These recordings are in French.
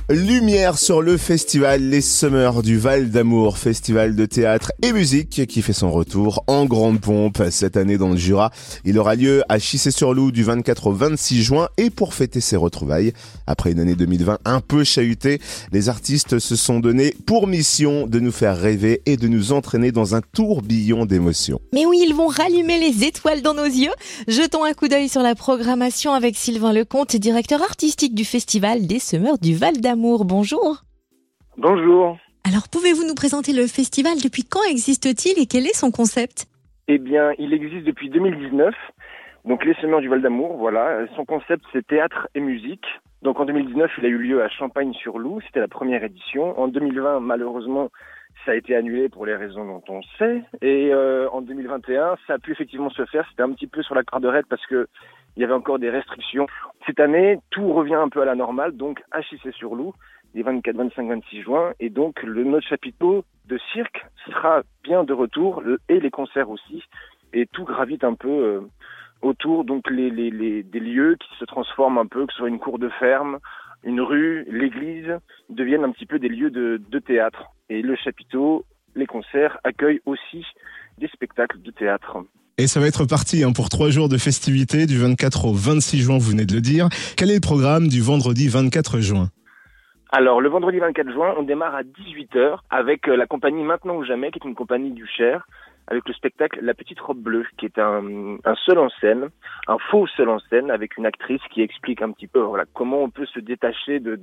Lumière sur le festival Les Semeurs du Val d'Amour, festival de théâtre et musique qui fait son retour en grande pompe cette année dans le Jura. Il aura lieu à Chissé-sur-Loup du 24 au 26 juin et pour fêter ses retrouvailles, après une année 2020 un peu chahutée, les artistes se sont donnés pour mission de nous faire rêver et de nous entraîner dans un tourbillon d'émotions. Mais oui, ils vont rallumer les étoiles dans nos yeux. Jetons un coup d'œil sur la programmation avec Sylvain Lecomte, directeur artistique du festival des Semeurs du Val d'Amour. Bonjour. Bonjour. Alors, pouvez-vous nous présenter le festival? Depuis quand existe-t-il et quel est son concept? Eh bien, il existe depuis 2019. Donc, les Semeurs du Val d'Amour, voilà. Son concept, c'est théâtre et musique. Donc, en 2019, il a eu lieu à Champagne-sur-Loup. C'était la première édition. En 2020, malheureusement, ça a été annulé pour les raisons dont on sait. Et en 2021, ça a pu effectivement se faire. C'était un petit peu sur la corde raide parce que il y avait encore des restrictions. Cette année, tout revient un peu à la normale, donc à Chissé-sur-Loup, les 24, 25, 26 juin. Et donc, notre chapiteau de cirque sera bien de retour, et les concerts aussi. Et tout gravite un peu autour, donc des lieux qui se transforment un peu, que ce soit une cour de ferme, une rue, l'église, deviennent un petit peu des lieux de théâtre. Et le chapiteau, les concerts, accueillent aussi des spectacles de théâtre. Et ça va être parti pour 3 jours de festivités, du 24 au 26 juin, vous venez de le dire. Quel est le programme du vendredi 24 juin ? Alors, le vendredi 24 juin, on démarre à 18h avec la compagnie Maintenant ou Jamais, qui est une compagnie du Cher, avec le spectacle La Petite Robe Bleue, qui est un seul en scène, un faux seul en scène, avec une actrice qui explique un petit peu comment on peut se détacher de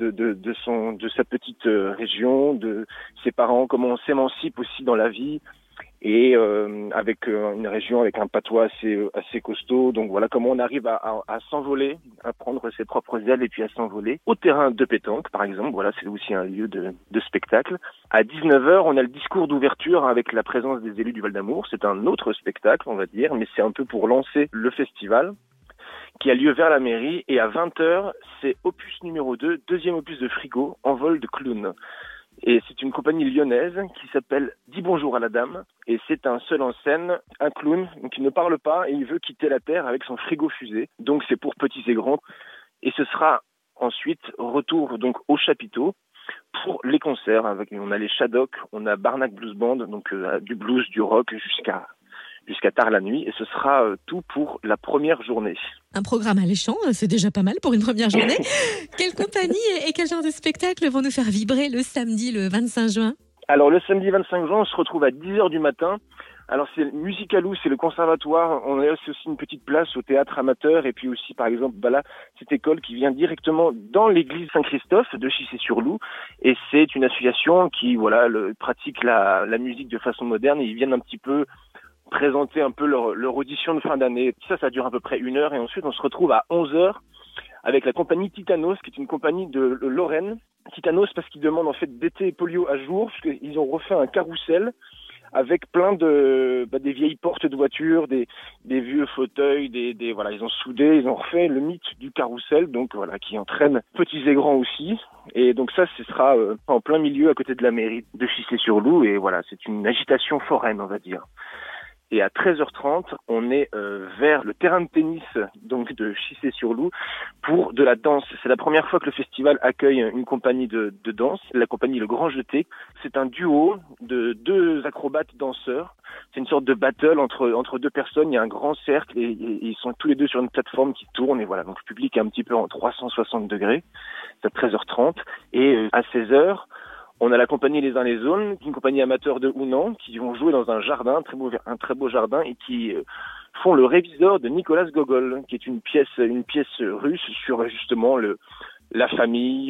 sa petite région, de ses parents, comment on s'émancipe aussi dans la vie. Et avec une région avec un patois assez costaud. Donc voilà comment on arrive à s'envoler, à prendre ses propres ailes et puis à s'envoler. Au terrain de pétanque, par exemple, voilà, c'est aussi un lieu de spectacle. À 19h, on a le discours d'ouverture avec la présence des élus du Val d'Amour. C'est un autre spectacle, on va dire, mais c'est un peu pour lancer le festival qui a lieu vers la mairie. Et à 20h, c'est opus numéro 2, deuxième opus de Frigo, Envol de clown. Et c'est une compagnie lyonnaise qui s'appelle Dis bonjour à la dame. Et c'est un seul en scène, un clown, donc il ne parle pas et il veut quitter la Terre avec son frigo fusée. Donc c'est pour petits et grands. Et ce sera ensuite retour donc au chapiteau pour les concerts. On a les Shadocks, on a Barnac Blues Band, donc du blues, du rock jusqu'à tard la nuit. Et ce sera tout pour la première journée. Un programme alléchant, c'est déjà pas mal pour une première journée. Quelle compagnie et quel genre de spectacle vont nous faire vibrer le samedi, le 25 juin? Alors le samedi 25 juin, on se retrouve à 10h du matin. Alors c'est Musicalou, c'est le conservatoire. On a aussi une petite place au théâtre amateur. Et puis aussi, par exemple, cette école qui vient directement dans l'église Saint-Christophe de Chissé-sur-Loup. Et c'est une association qui pratique la musique de façon moderne. Et ils viennent un petit peu présenter un peu leur audition de fin d'année. Ça dure à peu près 1 heure. Et ensuite, on se retrouve à 11h avec la compagnie Titanos, qui est une compagnie de Lorraine. Titanos parce qu'ils demandent en fait d'été polio à jour, parce qu'ils ont refait un carrousel avec plein des vieilles portes de voitures, des vieux fauteuils, ils ont soudé, ils ont refait le mythe du carrousel, donc voilà, qui entraîne petits et grands aussi. Et donc ça, ce sera en plein milieu à côté de la mairie de Chissé-sur-Loup, et voilà, c'est une agitation foraine, on va dire. Et à 13h30, on est vers le terrain de tennis donc de Chissé-sur-Loup pour de la danse. C'est la première fois que le festival accueille une compagnie de danse, la compagnie Le Grand Jeté. C'est un duo de 2 acrobates danseurs. C'est une sorte de battle entre 2 personnes. Il y a un grand cercle et ils sont tous les 2 sur une plateforme qui tourne. Et voilà, donc le public est un petit peu en 360 degrés. C'est à 13h30. Et à 16h, on a la compagnie Les Uns les Autres, une compagnie amateur de Hounan, qui vont jouer dans un jardin, un très beau jardin, et qui font le Révisor de Nicolas Gogol, qui est une pièce russe sur justement la famille,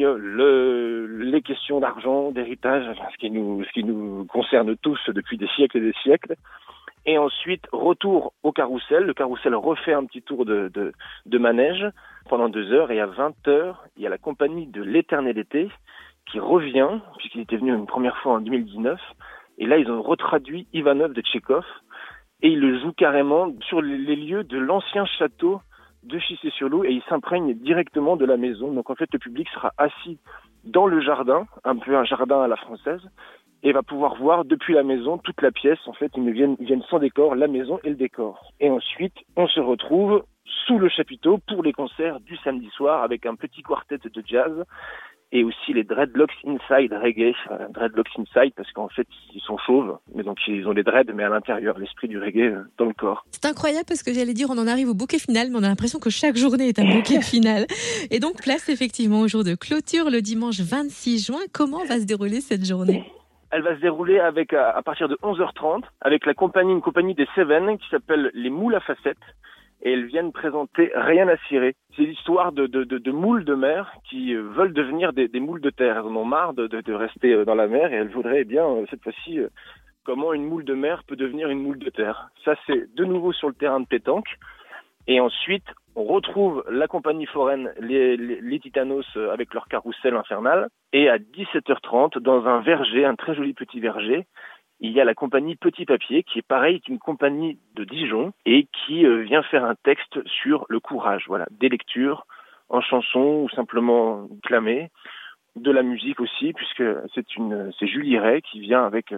les questions d'argent, d'héritage, ce qui nous concerne tous depuis des siècles et des siècles. Et ensuite, retour au carrousel. Le carrousel refait un petit tour de manège pendant 2 heures, et à 20h, il y a la compagnie de l'Éternel Été qui revient, puisqu'il était venu une première fois en 2019, et là ils ont retraduit Ivanov de Tchekhov, et ils le jouent carrément sur les lieux de l'ancien château de Chissé-sur-Loup, et ils s'imprègnent directement de la maison. Donc en fait le public sera assis dans le jardin, un peu un jardin à la française, et va pouvoir voir depuis la maison toute la pièce. En fait, ils viennent sans décor, la maison et le décor. Et ensuite, on se retrouve sous le chapiteau pour les concerts du samedi soir avec un petit quartet de jazz et aussi les Dreadlocks Inside Reggae. Dreadlocks Inside parce qu'en fait ils sont chauves, mais donc ils ont des dreads mais à l'intérieur, l'esprit du reggae dans le corps. C'est incroyable parce que j'allais dire on en arrive au bouquet final, mais on a l'impression que chaque journée est un bouquet final. Et donc place effectivement au jour de clôture le dimanche 26 juin. Comment va se dérouler cette journée ? Elle va se dérouler avec à partir de 11h30 avec une compagnie des Cévennes qui s'appelle les Moules à Facettes. Et elles viennent présenter Rien à cirer. C'est l'histoire de moules de mer qui veulent devenir des moules de terre. Elles en ont marre de rester dans la mer et elles voudraient cette fois-ci comment une moule de mer peut devenir une moule de terre. Ça c'est de nouveau sur le terrain de pétanque. Et ensuite on retrouve la compagnie foraine les Titanos avec leur carrousel infernal. Et à 17h30 dans un verger, un très joli petit verger, il y a la compagnie Petit Papier, qui est pareil qu'une compagnie de Dijon et qui vient faire un texte sur le courage. Voilà, des lectures en chanson ou simplement clamées, de la musique aussi, puisque c'est Julie Ray qui vient avec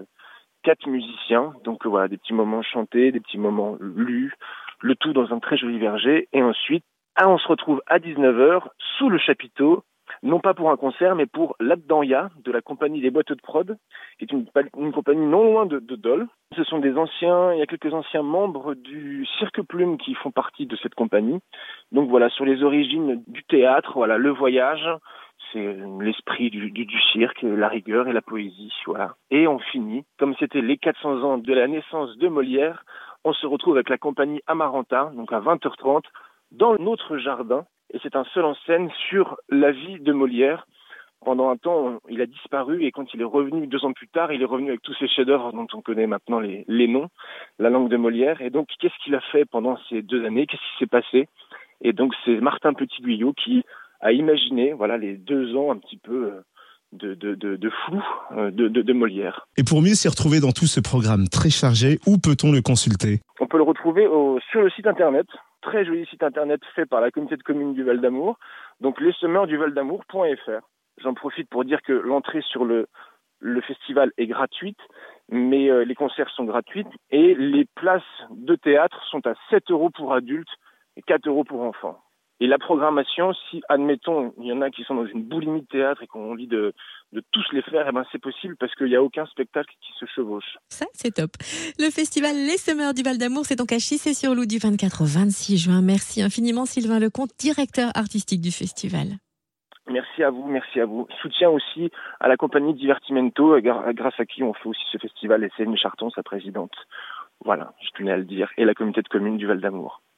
4 musiciens. Donc voilà, des petits moments chantés, des petits moments lus, le tout dans un très joli verger. Et ensuite, on se retrouve à 19h sous le chapiteau, non pas pour un concert, mais pour l'Abdanya de la compagnie des Boîtes de Prod, qui est une compagnie non loin de Dole. Ce sont il y a quelques anciens membres du Cirque Plume qui font partie de cette compagnie. Donc voilà, sur les origines du théâtre, voilà, le voyage, c'est l'esprit du cirque, la rigueur et la poésie, voilà. Et on finit, comme c'était les 400 ans de la naissance de Molière, on se retrouve avec la compagnie Amaranta, donc à 20h30, dans notre jardin. Et c'est un seul en scène sur la vie de Molière. Pendant un temps, il a disparu et quand il est revenu 2 ans plus tard, il est revenu avec tous ses chefs-d'œuvre dont on connaît maintenant les noms, la langue de Molière. Et donc, qu'est-ce qu'il a fait pendant ces 2 années ? Qu'est-ce qui s'est passé ? Et donc, c'est Martin Petit-Guyot qui a imaginé, voilà, les 2 ans un petit peu de flou de Molière. Et pour mieux s'y retrouver dans tout ce programme très chargé, où peut-on le consulter ? On peut le retrouver sur le site internet. Très joli site internet fait par la communauté de communes du Val d'Amour, donc lessemeursduvaldamour.fr. J'en profite pour dire que l'entrée sur le festival est gratuite, mais les concerts sont gratuits et les places de théâtre sont à 7 € pour adultes et 4 € pour enfants. Et la programmation, si, admettons, il y en a qui sont dans une boulimie de théâtre et qu'on ont envie de tous les faire, eh ben c'est possible parce qu'il n'y a aucun spectacle qui se chevauche. Ça, c'est top. Le festival Les Semeurs du Val d'Amour, c'est donc à Chissé-sur-Loup du 24 au 26 juin. Merci infiniment Sylvain Lecomte, directeur artistique du festival. Merci à vous. Soutien aussi à la compagnie Divertimento, grâce à qui on fait aussi ce festival, et Céline Charton, sa présidente. Voilà, je tenais à le dire, et la communauté de communes du Val d'Amour.